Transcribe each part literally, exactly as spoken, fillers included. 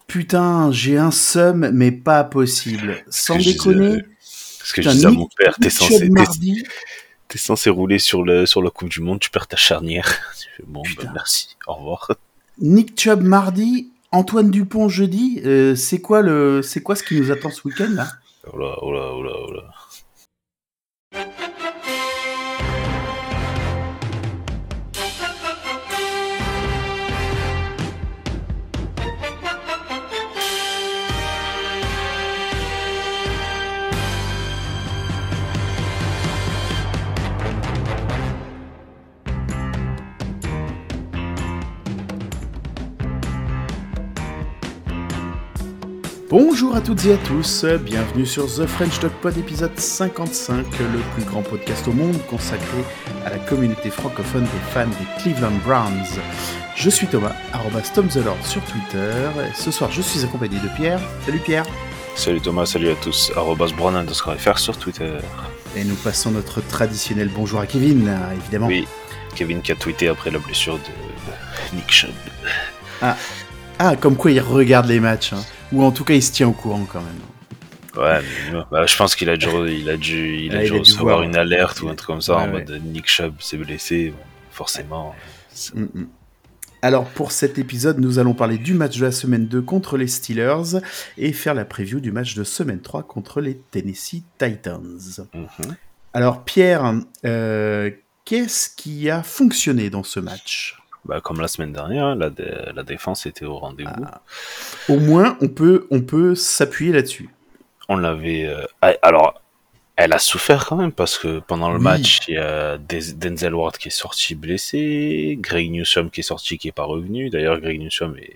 Putain, j'ai un seum, mais pas possible. Sans que je déconner. disais, ce que je disais à mon père, t'es censé, t'es, t'es censé rouler sur, le, sur la Coupe du Monde, tu perds ta charnière. Tu fais, bon, bah, merci, au revoir. Nick Chubb mardi, Antoine Dupont jeudi. Euh, c'est quoi le, c'est quoi ce qui nous attend ce week-end là? Oh là, oh là, oh là, oh là. Bonjour à toutes et à tous, bienvenue sur The French Dog Pod épisode cinquante-cinq, le plus grand podcast au monde consacré à la communauté francophone des fans des Cleveland Browns. Je suis Thomas, arobase Tom the Lord sur Twitter, et ce soir je suis accompagné de Pierre. Salut Pierre. Salut Thomas, salut à tous, arobase Brown underscore F R sur Twitter. Et nous passons notre traditionnel bonjour à Kevin, évidemment. Oui, Kevin qui a tweeté après la blessure de, de Nick Chubb. Ah. ah, comme quoi il regarde les matchs, hein. Ou en tout cas il se tient au courant quand même. Ouais, mais bah, je pense qu'il a dû, il a dû, il a ah, dû il recevoir a dû une alerte ou un truc comme ça ouais, en ouais. mode Nick Chubb s'est blessé, forcément. Ouais. Mm-hmm. Alors pour cet épisode, nous allons parler du match de la semaine deux contre les Steelers et faire la preview du match de semaine trois contre les Tennessee Titans. Mm-hmm. Alors Pierre, euh, qu'est-ce qui a fonctionné dans ce match ? Bah, comme la semaine dernière, la, dé- la défense était au rendez-vous. Ah. Au moins, on peut, on peut s'appuyer là-dessus. On l'avait... Euh... Alors, elle a souffert quand même, parce que pendant le oui. match, il y a Denzel Ward qui est sorti blessé, Greg Newsome qui est sorti, qui n'est pas revenu. D'ailleurs, Greg Newsome est,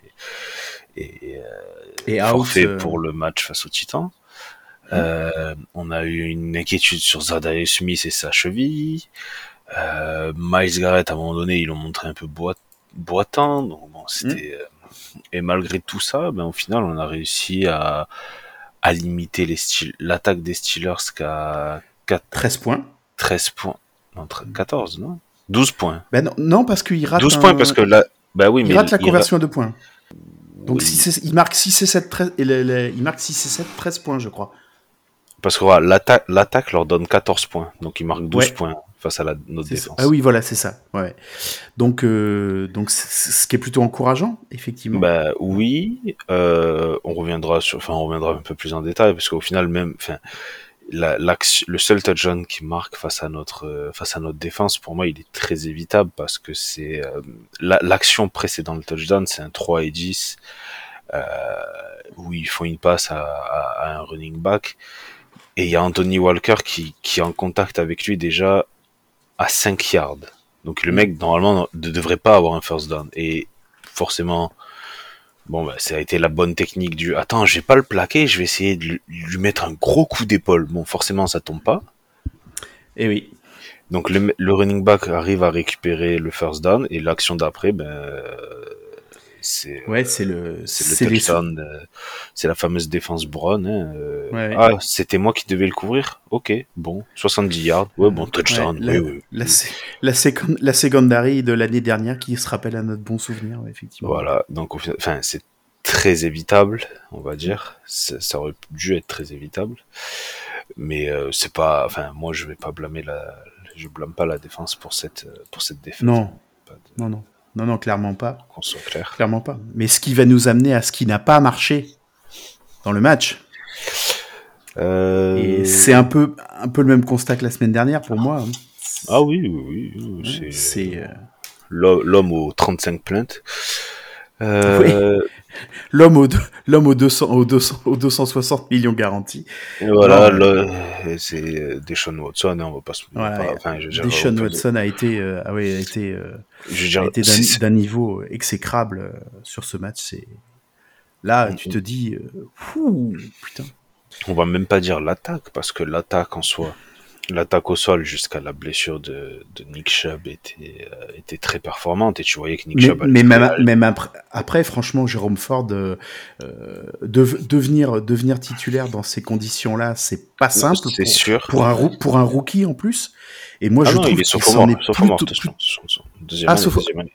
est, euh, Et forfait out, pour euh... le match face aux Titans. Mmh. Euh, on a eu une inquiétude sur Za'Darius Smith et sa cheville. Euh, Myles Garrett, à un moment donné, ils l'ont montré un peu boit- boitant, donc bon, c'était. Mmh. Euh, et malgré tout ça, ben, au final, on a réussi à, à limiter les Steel- l'attaque des Steelers qu'à quatre... treize points. treize points. Non, quatorze, non douze points. Ben non, non, parce qu'il rate. douze un... points, parce que là. Ben oui, il mais rate la il conversion ra... de points. Donc oui. si il marque six et sept, treize, et le, le, il marque six et sept, treize points, je crois. Parce que voilà, l'attaque, l'attaque leur donne quatorze points, donc ils marquent douze ouais. points face à la, notre c'est défense. Ça. Ah oui, voilà, c'est ça. Ouais. Donc, euh, donc c'est, c'est ce qui est plutôt encourageant, effectivement. Bah oui, euh, on reviendra sur, enfin, on reviendra un peu plus en détail, parce qu'au final, même, enfin, la, le seul touchdown qui marque face à notre, euh, face à notre défense, pour moi, il est très évitable, parce que c'est euh, la, l'action précédant le touchdown, c'est un trois et dix, euh, où ils font une passe à, à, à un running back. Et il y a Anthony Walker qui, qui est en contact avec lui déjà à cinq yards. Donc le mec, normalement, ne devrait pas avoir un first down. Et forcément, bon, bah, ça a été la bonne technique du « Attends, je vais pas le plaquer, je vais essayer de lui, lui mettre un gros coup d'épaule. » Bon, forcément, ça tombe pas. Et oui. Donc le, le running back arrive à récupérer le first down. Et l'action d'après, ben... C'est, ouais, c'est le, c'est le c'est touchdown, les... euh, c'est la fameuse défense Brown. Hein, euh, ouais, ah, ouais. C'était moi qui devais le couvrir. Ok, bon, soixante-dix yards. Ouais, bon, touchdown. Ouais, la, oui, oui. La, la, sécond, la secondary de l'année dernière qui se rappelle à notre bon souvenir, ouais, effectivement. Voilà, donc enfin, c'est très évitable, on va dire. C'est, ça aurait dû être très évitable, mais euh, c'est pas. Enfin, moi, je vais pas blâmer la, je blâme pas la défense pour cette pour cette défaite. Non, pas de... non, non. Non, non, clairement pas. Qu'on soit clair. Clairement pas. Mais ce qui va nous amener à ce qui n'a pas marché dans le match. Euh... Et c'est un peu, un peu le même constat que la semaine dernière pour moi. Ah oui, oui, oui. C'est, c'est euh... l'homme aux trente-cinq plaintes. Euh... Oui. L'homme aux, l'homme aux, deux cents, aux, deux cents, aux deux cent soixante millions garantis. Et voilà, non, le, c'est Deshaun Watson, hein, on va pas se voilà, pas, enfin, je Deshaun Watson a été, euh, ah oui, a été, euh, je dire, a été d'un, d'un niveau exécrable euh, sur ce match. C'est... Là, mm-hmm. tu te dis, euh, fou, putain. On va même pas dire l'attaque, parce que l'attaque en soi, l'attaque au sol jusqu'à la blessure de, de Nick Chubb était, euh, était très performante, et tu voyais que Nick mais, Chubb... Mais même, même après, après, franchement, Jérôme Ford, euh, de, devenir, devenir titulaire dans ces conditions-là, c'est pas simple. C'est pour, sûr. Pour un, pour un rookie, en plus. Et moi, ah je non, trouve il est qu'il s'en est plutôt... Deuxième, ah, année, deuxième sauf... année.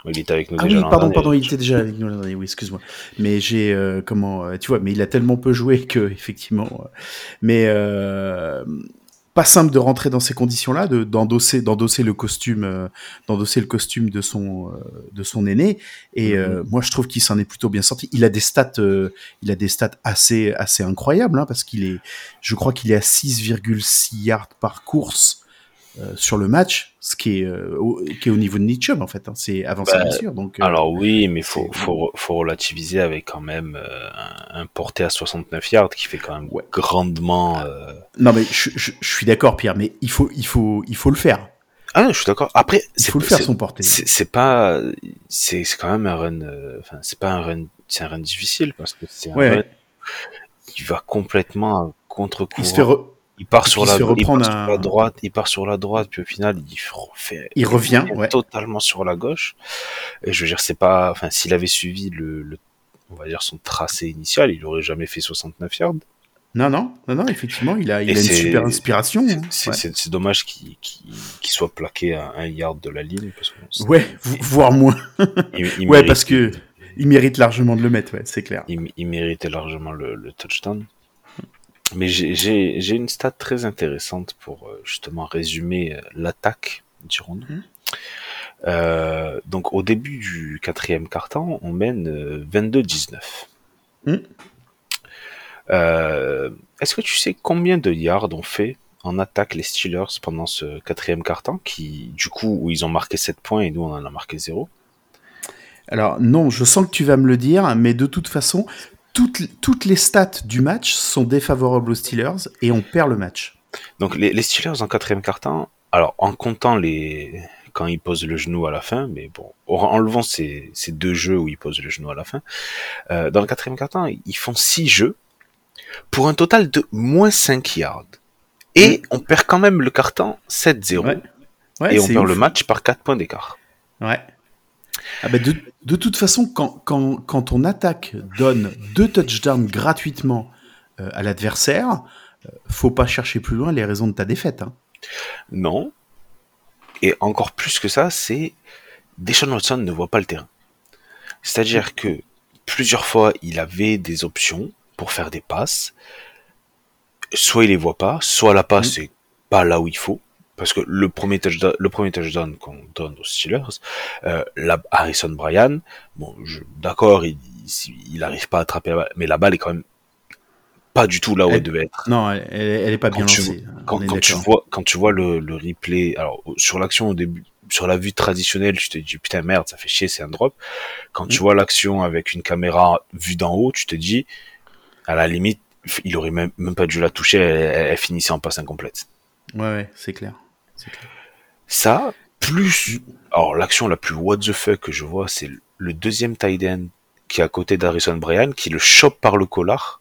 Il était avec nous Ah déjà oui, l'an pardon, dernier. pardon, il était déjà avec nous l'an dernier, oui, excuse-moi. Mais j'ai, euh, comment, euh, tu vois, mais il a tellement peu joué que, effectivement, euh, mais euh, pas simple de rentrer dans ces conditions-là, de, d'endosser, d'endosser le costume, euh, d'endosser le costume de son, euh, de son aîné. Et Mhm. euh, moi, je trouve qu'il s'en est plutôt bien sorti. Il a des stats, euh, il a des stats assez, assez incroyables, hein, parce qu'il est, je crois qu'il est à six virgule six yards par course. Euh, sur le match, ce qui est, euh, au, qui est au niveau de Nick Chubb, en fait, hein, c'est avant sa Bah, blessure, donc euh, alors oui, mais faut, c'est faut, faut relativiser avec quand même euh, un, un porté à soixante-neuf yards qui fait quand même ouais. grandement. Euh... Non mais je, je, je suis d'accord, Pierre, mais il faut, il faut, il faut le faire. Ah non, je suis d'accord. Après, Il c'est faut le faire c'est son porté. c'est c'est pas c'est c'est quand même un run. euh, Enfin, c'est pas un run. C'est un run difficile parce que c'est un Ouais, run ouais. qui va complètement à Il se fait contre-courant. re... Il part et puis sur il se la fait il part reprendre sur la un. droite, il part sur la droite, puis au final il refait, Il il revient, revient ouais. totalement sur la gauche. Et je veux dire, c'est pas, enfin, s'il avait suivi le, le, on va dire son tracé initial, il aurait jamais fait soixante-neuf yards. Non, non, non, non. Effectivement, il a, Et il a une super c'est, inspiration. c'est, Hein. c'est, Ouais. c'est, c'est dommage qu'il, qu'il, qu'il soit plaqué à un yard de la ligne parce que bon, Ouais, il, voire moins. il, il Ouais, parce que méritait, il mérite largement de le mettre. Ouais, c'est clair. il, il méritait largement le, le touchdown. Mais j'ai, j'ai, j'ai une stat très intéressante pour euh, justement résumer euh, l'attaque, dirons-nous. Hum, Euh, donc au début du quatrième quart-temps, on mène euh, vingt-deux dix-neuf. hum. Euh, est-ce que tu sais combien de yards ont fait en attaque les Steelers pendant ce quatrième quart-temps, qui, du coup, où ils ont marqué sept points et nous on en a marqué zéro? Alors non, je sens que tu vas me le dire, mais de toute façon, toutes, toutes les stats du match sont défavorables aux Steelers et on perd le match. Donc les, les Steelers en quatrième quart-temps, alors en comptant les quand ils posent le genou à la fin, mais bon, en enlevant ces, ces deux jeux où ils posent le genou à la fin, euh, dans le quatrième quart-temps, ils font six jeux pour un total de moins cinq yards. Et Hum. on perd quand même le quart-temps sept Ouais, zéro ouais, et on c'est perd le ouf. match par quatre points d'écart. Ouais. Ah bah de, de toute façon, quand, quand, quand ton attaque donne deux touchdowns gratuitement euh, à l'adversaire, euh, faut pas chercher plus loin les raisons de ta défaite. Hein. Non. Et encore plus que ça, c'est Deshaun Watson ne voit pas le terrain. C'est-à-dire que plusieurs fois, il avait des options pour faire des passes. Soit il les voit pas, soit la passe Mm. c'est pas là où il faut. Parce que le premier touchdown, le premier touchdown qu'on donne aux Steelers, euh, la Harrison Bryan, bon, je, d'accord, il, il, il arrive pas à attraper la balle, mais la balle est quand même pas du tout là où elle Elle- devait être. non, elle, elle, elle est pas Quand bien tu, lancée. quand, On est quand tu d'accord. vois, quand tu vois le, le replay, alors sur l'action au début, sur la vue traditionnelle, tu te dis putain merde, ça fait chier, c'est un drop. Quand tu Mm. vois l'action avec une caméra vue d'en haut, tu te dis, à la limite, il aurait même, même pas dû la toucher, elle, elle, elle finissait en passe incomplète. Ouais, ouais, c'est clair. C'est clair. Ça, plus, Mm. alors l'action la plus what the fuck que je vois, c'est le deuxième tight end qui est à côté d'Harrison Bryan, qui le chope par le collar,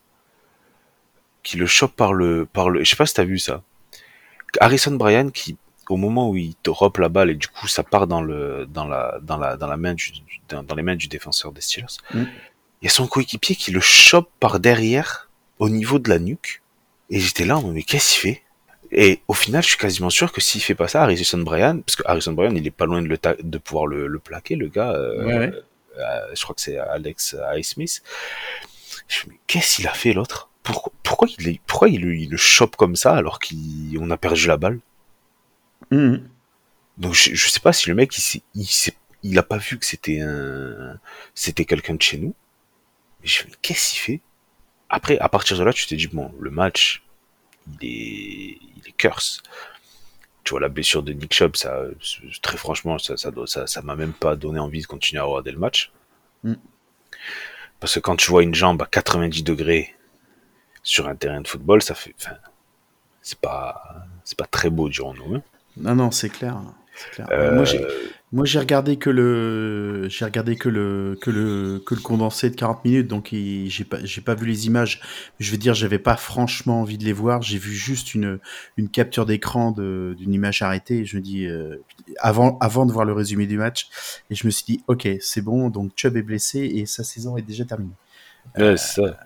qui le chope par le, par le, je sais pas si t'as vu ça. Harrison Bryan qui, au moment où il drop la balle et du coup ça part dans le, dans la, dans la, dans la main du, dans, dans les mains du défenseur des Steelers, Mm. il y a son coéquipier qui le chope par derrière au niveau de la nuque. Et j'étais là, mais qu'est-ce qu'il fait? Et au final, je suis quasiment sûr que s'il fait pas ça, Harrison Bryan, parce que Harrison Bryan, il est pas loin de, le ta- de pouvoir le, le plaquer, le gars. Ouais, Euh, ouais. euh, je crois que c'est Alex Highsmith. Je me dis, mais qu'est-ce qu'il a fait l'autre? Pourquoi, pourquoi il, est- pourquoi il, il le chope comme ça alors qu'on a perdu la balle? Mm. Donc je, je sais pas si le mec il, s'est- il, s'est- il a pas vu que c'était un, c'était quelqu'un de chez nous. Mais je me dis, mais qu'est-ce qu'il fait? Après, à partir de là, tu t'es dit, bon, le match, il est, il est curse. Tu vois, la blessure de Nick Chubb, ça, très franchement, ça, ça, ça, ça m'a même pas donné envie de continuer à regarder le match. Mm. Parce que quand tu vois une jambe à quatre-vingt-dix degrés sur un terrain de football, ça fait, enfin, c'est pas, c'est pas très beau, dirons-nous. Hein. Non, non, c'est clair. C'est clair. Euh, moi, j'ai, Euh, moi, j'ai regardé que le, j'ai regardé que le, que le, que le condensé de quarante minutes, donc il- j'ai pas, j'ai pas vu les images. Je veux dire, j'avais pas franchement envie de les voir. J'ai vu juste une, une capture d'écran de, d'une image arrêtée. Et je me dis, euh, avant, avant de voir le résumé du match, et je me suis dit, ok, c'est bon. Donc Chubb est blessé et sa saison est déjà terminée. ouais, c'est ça.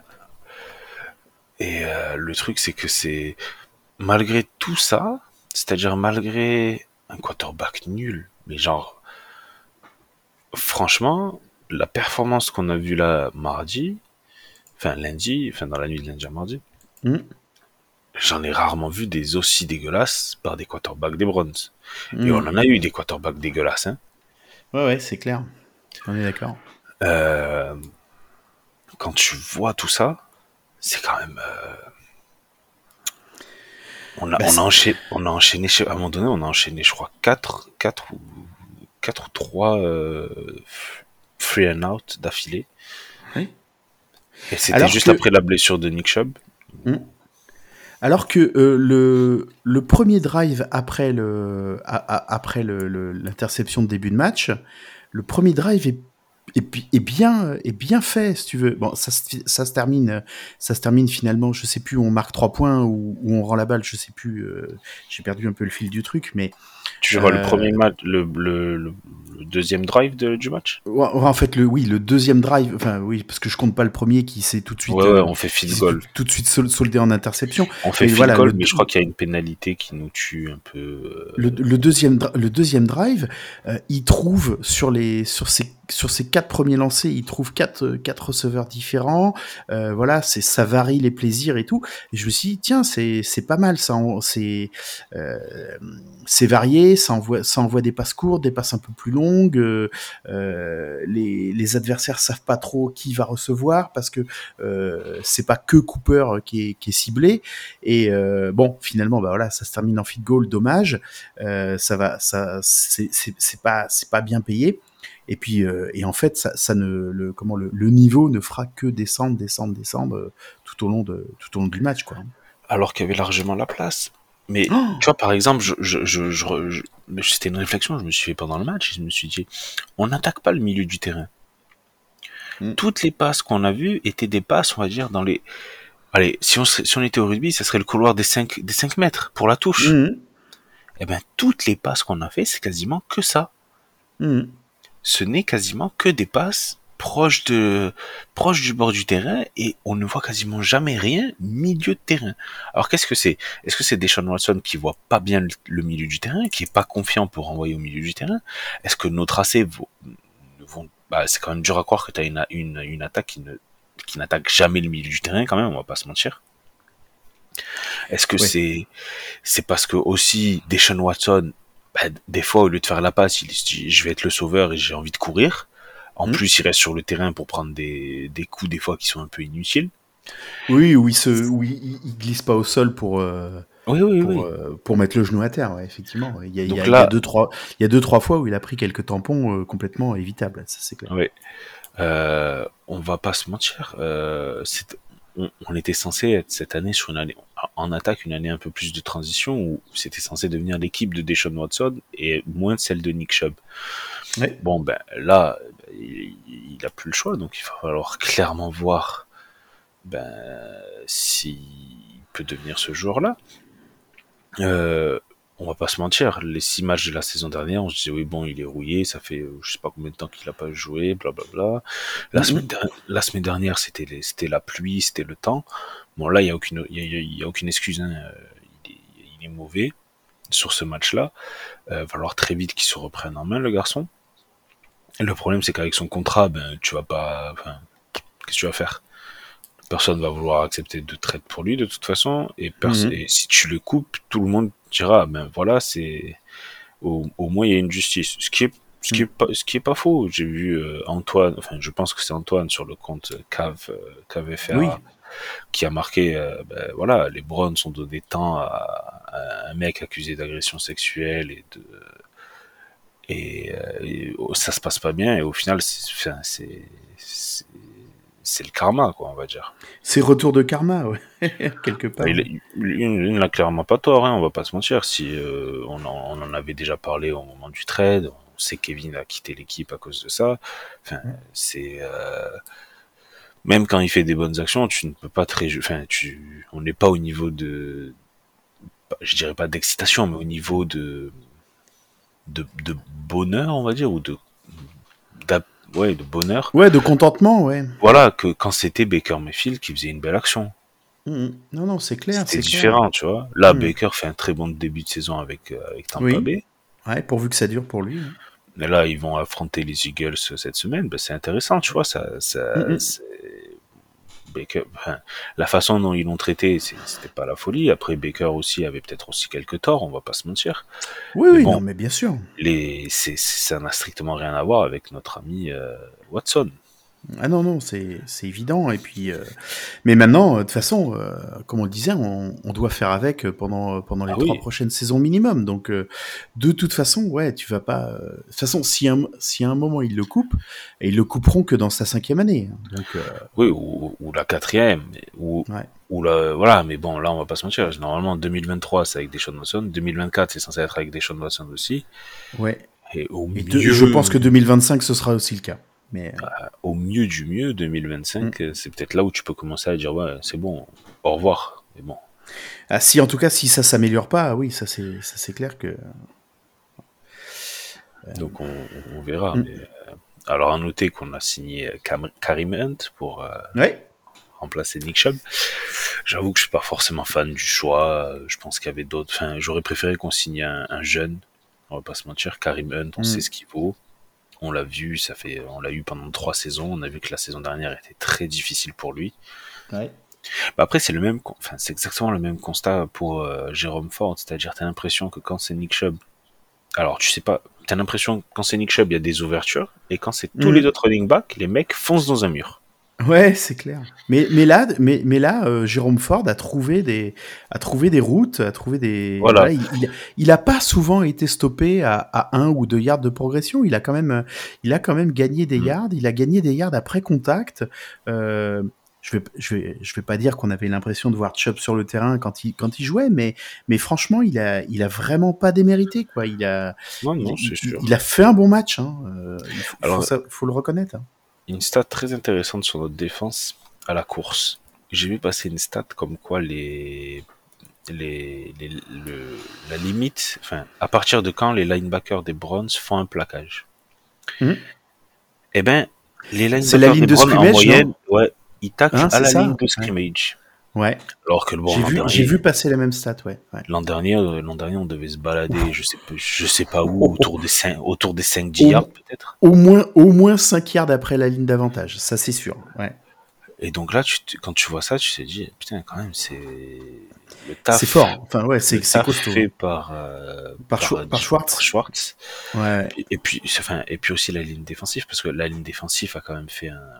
Et euh, le truc, c'est que c'est, malgré tout ça, c'est-à-dire malgré un quarterback nul, mais genre, franchement, la performance qu'on a vue là mardi, enfin lundi, enfin dans la nuit de lundi à mardi, Mm. j'en ai rarement vu des aussi dégueulasses par des quarterbacks des Browns. Et on Mm. en a eu des quarterbacks dégueulasses, hein. Ouais, ouais, c'est clair. On est d'accord. Euh, quand tu vois tout ça, c'est quand même. euh, on a, Bah, on a c'est- enchaîné, on a enchaîné, chez- à un moment donné, on a enchaîné, je crois, quatre, quatre ou quatre ou trois euh, free and out d'affilée. oui. Et c'était Alors juste que, après la blessure de Nick Chubb. mm. Alors que euh, le, le premier drive après le, a- a- après le, le- l'interception de début de match, le premier drive est, est, bi- est bien, est bien fait, si tu veux. Bon, ça, se- ça se termine, ça se termine finalement, je sais plus, où on marque trois points ou, où on rend la balle, je sais plus, euh, j'ai perdu un peu le fil du truc, mais Tu vois le euh, premier match, le, le, le, le deuxième drive de- du match. ouais, ouais, en fait, le, oui, le deuxième drive, enfin oui, parce que je compte pas le premier qui s'est tout de Ouais, suite, ouais, euh, on fait qui field s'est tout, goal. tout de suite sol- soldé en interception. On fait Mais field voilà, goal, le, mais je crois qu'il y a une pénalité qui nous tue un peu. le, euh, le deuxième dri- le deuxième drive, euh, il trouve sur les sur ces sur ces quatre premiers lancers, il trouve quatre euh, quatre receveurs différents. Euh, voilà, c'est ça varie les plaisirs et tout. Et je me suis dit tiens, c'est c'est pas mal ça. on- C'est euh, c'est varié, ça envoie ça envoie des passes courtes, des passes un peu plus longues. euh, euh, les les adversaires savent pas trop qui va recevoir parce que euh, c'est pas que Cooper qui est qui est ciblé. Et euh, bon, finalement, bah voilà, ça se termine en field goal, dommage. Euh, ça va, ça, c'est, c'est, c'est pas, c'est pas bien payé. Et puis, euh, et en fait, ça, ça ne, le, comment le, le niveau ne fera que descendre, descendre, descendre euh, tout au long de, tout au long du match, quoi. alors qu'il y avait largement la place. Mais Oh. tu vois, par exemple, je, je, je, je- je- c'était une réflexion que je me suis fait pendant le match. Je me suis dit, on n'attaque pas le milieu du terrain. Mm. Toutes les passes qu'on a vues étaient des passes, on va dire, dans les. Allez, si on, serait- si on était au rugby, ça serait le couloir des cinq des cinq mètres pour la touche. Mm. Eh ben, toutes les passes qu'on a fait, c'est quasiment que ça. Mm. Ce n'est quasiment que des passes proches de proches du bord du terrain et on ne voit quasiment jamais rien milieu de terrain. Alors qu'est-ce que c'est? Est-ce que c'est Deshaun Watson qui voit pas bien le, le milieu du terrain, qui est pas confiant pour envoyer au milieu du terrain? Est-ce que nos tracés vont, vont bah, c'est quand même dur à croire que tu as une, une, une attaque qui ne qui n'attaque jamais le milieu du terrain quand même, on va pas se mentir. Est-ce que Ouais. c'est c'est parce que aussi Deshaun Watson, bah, des fois au lieu de faire la passe, il se dit je vais être le sauveur et j'ai envie de courir. En Mm. plus, il reste sur le terrain pour prendre des, des coups des fois qui sont un peu inutiles. Oui, oui, se, oui, il, il glisse pas au sol pour. Euh, Oui, oui, pour, oui. euh, pour mettre le genou à terre, ouais, effectivement. Il y a, il y Donc a, il y a là, deux, trois, il y a deux, trois fois où il a pris quelques tampons euh, complètement évitables, ça c'est clair. ouais, euh, on va pas se mentir. Euh, c'est- on, on était censé être cette année sur une année en attaque, une année un peu plus de transition où c'était censé devenir l'équipe de Deshaun Watson et moins celle de Nick Chubb. Ouais. Bon, ben là, il, il a plus le choix, donc il va falloir clairement voir ben, s'il peut devenir ce joueur-là. Euh, on va pas se mentir, les six matchs de la saison dernière, on se disait oui bon il est rouillé, ça fait euh, je sais pas combien de temps qu'il a pas joué, blablabla. La semaine Mm-mm. der- la semaine dernière c'était les- c'était la pluie, c'était le temps. Bon là il y a aucune il y a, il y a- il y a aucune excuse, hein. Euh, il, est, il est mauvais sur ce match-là. Euh, va falloir très vite qu'il se reprenne en main le garçon. Et le problème c'est qu'avec son contrat, ben tu vas pas, enfin, qu'est-ce que tu vas faire? Personne va vouloir accepter de traite pour lui de toute façon, et, pers- Mm-hmm. et si tu le coupes, tout le monde dira ben voilà, c'est au, au moins il y a une justice, ce qui est ce qui est pas ce qui est pas faux. J'ai vu euh, Antoine, enfin je pense que c'est Antoine sur le compte Cave euh, Cave F R A Oui. qui a marqué euh, ben voilà, les Browns ont donné temps à, à un mec accusé d'agression sexuelle et de et, euh, et, oh, ça se passe pas bien, et au final c'est enfin, c'est c'est c'est le karma quoi, on va dire. C'est retour de karma, ouais. Quelque part. Il, il, il n'a clairement pas tort, hein, on va pas se mentir. Si euh, on, en, on en avait déjà parlé au moment du trade, on sait que Kevin a quitté l'équipe à cause de ça. Enfin, c'est euh, même quand il fait des bonnes actions, tu ne peux pas très, enfin, tu, on n'est pas au niveau de, je dirais pas d'excitation, mais au niveau de, de, de bonheur, on va dire, ou de, d'ap- ouais, de bonheur. Ouais, de contentement, ouais. Voilà, que quand c'était Baker Mayfield qui faisait une belle action. Mm-mm. Non, non, c'est clair, C'était c'est clair. différent, tu vois. Là, Mm. Baker fait un très bon début de saison avec, euh, avec Tampa Oui. Bay. Ouais, pourvu que ça dure pour lui. Hein. Mais là, ils vont affronter les Eagles cette semaine. Ben, c'est intéressant, tu vois. Ça, ça, Mm-hmm. c'est... Baker, ben, la façon dont ils l'ont traité, c'était pas la folie. Après, Baker aussi avait peut-être aussi quelques torts, on va pas se mentir. Oui, Mais oui, bon, non, mais bien sûr. les, c'est, ça n'a strictement rien à voir avec notre ami euh, Watson. Ah non, non, c'est, c'est évident. Et puis, euh... mais maintenant, de toute façon, euh, comme on le disait, on, on doit faire avec pendant, pendant les Ah trois oui. prochaines saisons minimum. Donc, euh, de toute façon, ouais, tu vas pas. Euh... De toute façon, si un, si à un moment ils le coupent, ils le couperont que dans sa cinquième année. Donc, euh... oui, ou, ou la quatrième, ou, ouais. ou la, voilà. Mais bon, là, on va pas se mentir. Normalement, deux mille vingt-trois, c'est avec Deshaun Watson. deux mille vingt-quatre, c'est censé être avec Deshaun Watson aussi. Ouais. Et au Et mieux, de, je pense que deux mille vingt-cinq, ce sera aussi le cas. Mais euh, au mieux du mieux, deux mille vingt-cinq, mm. c'est peut-être là où tu peux commencer à dire ouais, c'est bon, au revoir. Mais bon. Ah, si en tout cas, si ça s'améliore pas, oui, ça c'est, ça c'est clair que. Euh... Donc on, on verra. Mm. Mais, euh, alors à noter qu'on a signé Cam- Kareem Hunt pour euh, ouais. remplacer Nick Chubb. J'avoue que je suis pas forcément fan du choix. Je pense qu'il y avait d'autres. Enfin, j'aurais préféré qu'on signe un, un jeune. On va pas se mentir. Kareem Hunt, on mm. sait ce qu'il vaut. On l'a vu, ça fait, on l'a eu pendant trois saisons. On a vu que la saison dernière était très difficile pour lui. Ouais. Bah après, c'est le même, enfin, c'est exactement le même constat pour euh, Jérôme Ford, c'est-à-dire t'as l'impression que quand c'est Nick Chubb, alors tu sais pas, t'as l'impression que quand c'est Nick Chubb, il y a des ouvertures, et quand c'est tous mmh. les autres running backs, les mecs foncent dans un mur. Ouais, c'est clair. Mais mais là, mais mais là, euh, Jérôme Ford a trouvé des a trouvé des routes, a trouvé des. Voilà. voilà, il, il, il a pas souvent été stoppé à, à un ou deux yards de progression. Il a quand même il a quand même gagné des mmh. yards. Il a gagné des yards après contact. Euh, je vais je vais je vais pas dire qu'on avait l'impression de voir Chubb sur le terrain quand il quand il jouait, mais mais franchement, il a il a vraiment pas démérité quoi. Il a non, non, il, c'est sûr. il a fait un bon match. Hein. Euh, il faut, Alors, faut, ça, faut le reconnaître. Hein. Une stat très intéressante sur notre défense à la course. J'ai vu passer une stat comme quoi les, les, les le, la limite, enfin, à partir de quand les linebackers des Browns font un plaquage. Mmh. Eh ben, les linebackers la ligne des de Browns en moyenne, ouais, ils taclent hein, à la ça ligne de scrimmage. Ouais. Alors que le bon, j'ai vu, dernier, j'ai vu passer la même stat, ouais. ouais. L'an dernier, l'an dernier, on devait se balader, je sais pas, je sais pas où, autour des cinq, autour des cinq dix yards peut-être. Au moins, au moins cinq yards après la ligne d'avantage, ça c'est sûr. Ouais. Et donc là, tu quand tu vois ça, tu te dis, putain, quand même, c'est le taf. C'est fort. Enfin ouais, c'est, le c'est taf costaud. fait par euh, par, par, par Schwartz. Par Schwartz. Ouais. Et, et puis, enfin, et puis aussi la ligne défensive, parce que la ligne défensive a quand même fait un,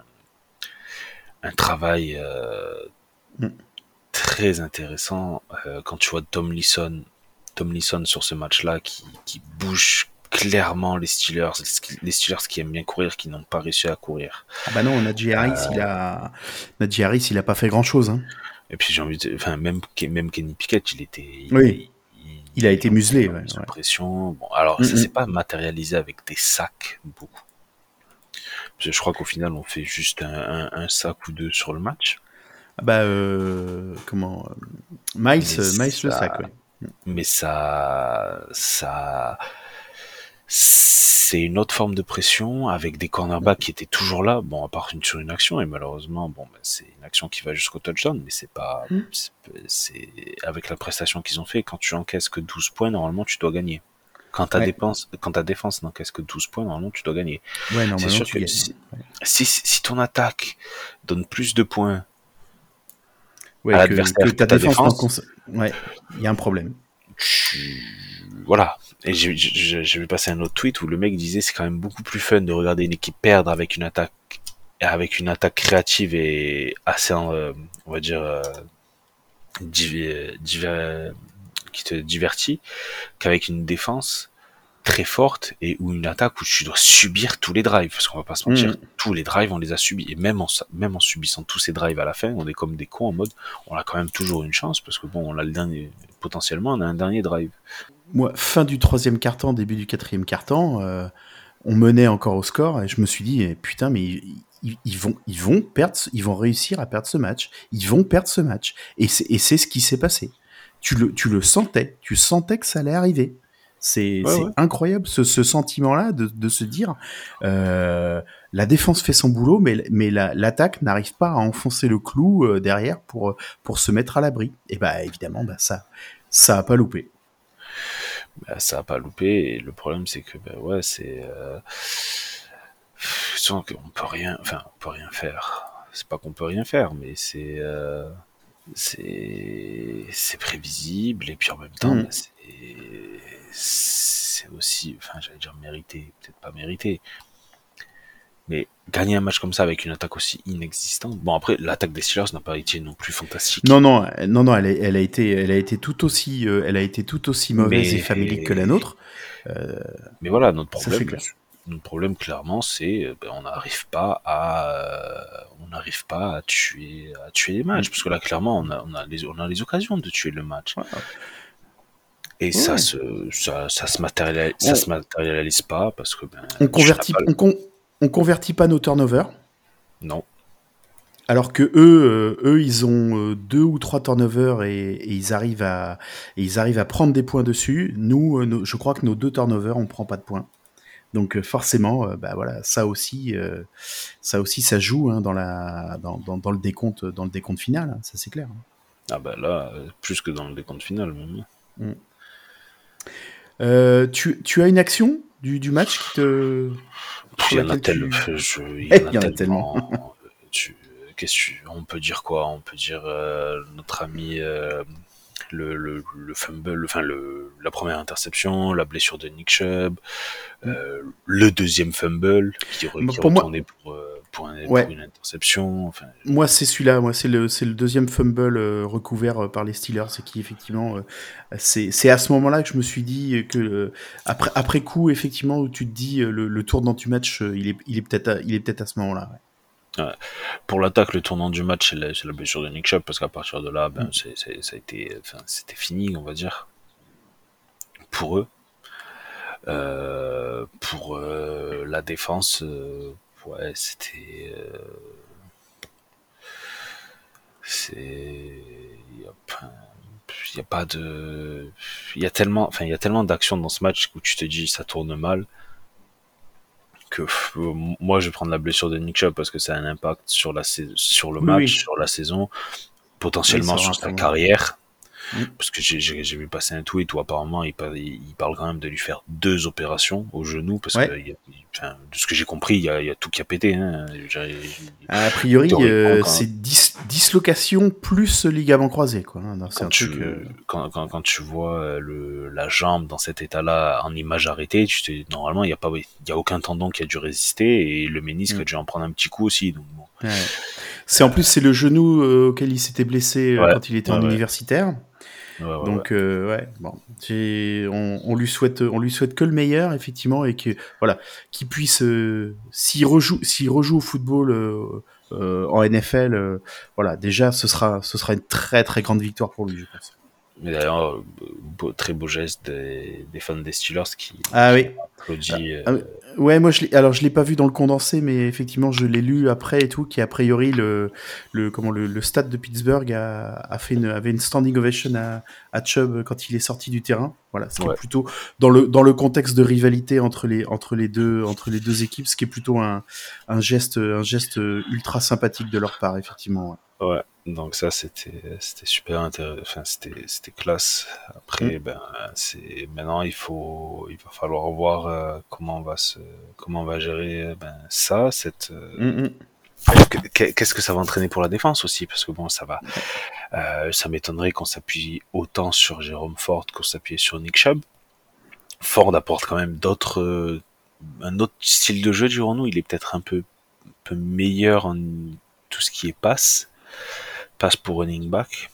un travail. Euh, mm. très intéressant euh, quand tu vois Tomlinson, Tomlinson sur ce match-là qui, qui bouge clairement les Steelers, les Steelers qui aiment bien courir, qui n'ont pas réussi à courir. Ah bah non, Najee Harris, euh... il a, Najee Harris, il a pas fait grand-chose. Hein. Et puis j'ai envie de, enfin même même Kenny Pickett, il était, il, oui, il, il, il a été muselé, ouais, ouais. pression. Bon, alors mm-hmm. ça s'est pas matérialisé avec des sacs beaucoup. Parce que je crois qu'au final on fait juste un, un, un sac ou deux sur le match. Ah bah euh, comment euh, Miles, mais Miles ça, le sac. Ouais. Mais ça, ça, c'est une autre forme de pression avec des cornerbacks qui étaient toujours là. Bon, à part une sur une action et malheureusement, bon, ben, c'est une action qui va jusqu'au touchdown, mais c'est pas, mm. c'est, c'est avec la prestation qu'ils ont fait. Quand tu encaisses que douze points, normalement, tu dois gagner. Quand ta ouais. défense, quand ta défense n'encaisse que douze points, normalement, tu dois gagner. Ouais, normalement, c'est sûr tu que gagnes. Si, ouais. si, si ton attaque donne plus de points. Ouais, à que, l'adversaire que ta, ta défense, défense, cons... ouais, il y a un problème. Tu... Voilà. Et j'ai, j'ai, j'ai vu passer un autre tweet où le mec disait c'est quand même beaucoup plus fun de regarder une équipe perdre avec une attaque, avec une attaque créative et assez, euh, on va dire, euh, div- div- qui te divertit, qu'avec une défense très forte et où une attaque où tu dois subir tous les drives, parce qu'on va pas se mentir, mmh. tous les drives on les a subis et même en même en subissant tous ces drives à la fin, on est comme des cons en mode on a quand même toujours une chance parce que bon on a le dernier potentiellement on a un dernier drive. Moi, fin du troisième quart-temps, début du quatrième quart-temps, euh, on menait encore au score et je me suis dit eh, putain mais ils, ils, ils vont ils vont perdre, ils vont réussir à perdre ce match, ils vont perdre ce match et c'est et c'est ce qui s'est passé. Tu le tu le sentais, tu sentais que ça allait arriver. C'est, ouais, c'est ouais. incroyable ce, ce sentiment-là de, de se dire euh, la défense fait son boulot, mais, mais la, l'attaque n'arrive pas à enfoncer le clou euh, derrière pour, pour se mettre à l'abri. Et bah évidemment, bah, ça ça a pas loupé. bah, ça a pas loupé. Et le problème, c'est que, bah, ouais, c'est, euh, sans qu'on peut rien, enfin, on peut rien faire. C'est pas qu'on peut rien faire, mais c'est, euh, c'est, c'est prévisible et puis en même temps, bah, Mm. c'est, c'est aussi, enfin, j'allais dire mérité, peut-être pas mérité, mais gagner un match comme ça avec une attaque aussi inexistante. Bon, après, l'attaque des Steelers n'a pas été non plus fantastique, Non, non, euh, non, non, elle a, elle a été, elle a été tout aussi, euh, elle a été tout aussi mauvaise et famélique que la mais nôtre. Euh, Mais voilà, notre Ça c'est problème, clair. notre problème clairement, c'est euh, ben, on n'arrive pas à, euh, on n'arrive pas à tuer, à tuer les matchs, Mm. parce que là clairement, on a, on a les, on a les occasions de tuer le match, Ouais, et ouais, ça ouais. se, ça, ça se matérialise, ça On, se matérialise pas parce que ben on tu n'as convertit, pas, le- on, con- on convertit pas nos turnovers. non, Alors que eux, euh, eux, ils ont euh, deux ou trois turnovers et, et ils arrivent à, et ils arrivent à prendre des points dessus. Nous, euh, nos- je crois que nos deux turnovers, on prend pas de points. Donc euh, forcément, euh, bah voilà, ça aussi, euh, ça aussi, ça joue hein, dans la, dans, dans, dans le décompte, dans le décompte final. Hein, ça c'est clair. ah ben là, euh, plus que dans le décompte final même. Mm. Euh, tu, tu as une action du, du match qui te, Pff, sur Il y en a laquelle tellement, tu, je, il y en il a y en a tellement. tellement. Tu, qu'est-ce que tu- on peut dire quoi? On peut dire euh, notre ami euh, le, le, le fumble, le- enfin le, la première interception, la blessure de Nick Chubb, euh, le deuxième fumble qui, re- qui est Pour moi, retourné pour euh, pour, un- pour ouais, une interception. Enfin, moi, c'est celui-là. Moi, c'est le, c'est le deuxième fumble euh, recouvert euh, par les Steelers. C'est qui, effectivement, euh, c'est, c'est à ce moment-là que je me suis dit que, euh, après, après coup, effectivement, où tu te dis euh, le, le tournant du match, euh, il est, il est peut-être, à, il est peut-être à ce moment-là. ouais. Pour l'attaque, le tournant du match, c'est la, c'est la blessure de Nick Chubb parce qu'à partir de là, Ouais. ben c'est, c'est, ça a été, enfin, c'était fini, on va dire, pour eux. Euh, pour euh, la défense, euh, ouais, c'était. Euh, c'est. Il y a pas de. Il y a tellement, enfin, il y a tellement d'actions dans ce match où tu te dis ça tourne mal que pff, moi je vais prendre la blessure de Nick Chubb parce que ça a un impact sur, la, sur le Oui, match, oui, sur la saison, oui, potentiellement ça aura sur un sa fond. carrière. Mm. Parce que j'ai, j'ai, j'ai vu passer un tweet où apparemment il parle, il parle quand même de lui faire deux opérations au genou parce que Ouais. il y a, enfin, de ce que j'ai compris, il y a, il y a tout qui a pété. Hein. A priori, Théoriquement, euh, quand, c'est dis- dislocation plus ligament croisé, quoi. Hein. Non, c'est quand un truc. tu Euh... quand, quand, quand tu vois le, la jambe dans cet état-là en image arrêtée, tu te, normalement il y a pas, il y a aucun tendon qui a dû résister et le ménisque mm. a dû en prendre un petit coup aussi. Donc bon. Ouais. C'est en plus c'est le genou euh, auquel il s'était blessé euh, Ouais, quand il était ouais, en ouais, universitaire. ouais, ouais, ouais. Donc euh, ouais, bon, j'ai- on, on lui souhaite, on lui souhaite que le meilleur effectivement et que voilà, qu'il puisse, euh, s'il rejoue, s'il rejoue au football euh, euh, en N F L, euh, voilà, déjà ce sera, ce sera une très très grande victoire pour lui, je pense. Mais d'ailleurs, beau, très beau geste des, des fans des Steelers qui, Ah qui oui. ont Ah, applaudi. Euh, ah, ouais, moi je l'ai, alors je l'ai pas vu dans le condensé, mais effectivement je l'ai lu après et tout, qui a priori le, le comment le, le stade de Pittsburgh a, a fait une, avait une standing ovation à, à Chubb quand il est sorti du terrain. Voilà, ce qui est ouais. plutôt dans le dans le contexte de rivalité entre les entre les deux entre les deux équipes, ce qui est plutôt un, un geste un geste ultra sympathique de leur part, effectivement. Ouais, donc ça c'était c'était super intéressant, enfin c'était c'était classe. Ouais. Après ben c'est maintenant il faut il va falloir voir euh, comment on va se comment on va gérer euh, ben ça cette euh, Mm, mm, mm. que- qu'est-ce que ça va entraîner pour la défense aussi parce que bon ça va euh, ça m'étonnerait qu'on s'appuie autant sur Jérôme Ford qu'on s'appuie sur Nick Chubb. Ford apporte quand même d'autres euh, un autre style de jeu dirons-nous, il est peut-être un peu un peu meilleur en tout ce qui est passe passe pour running back.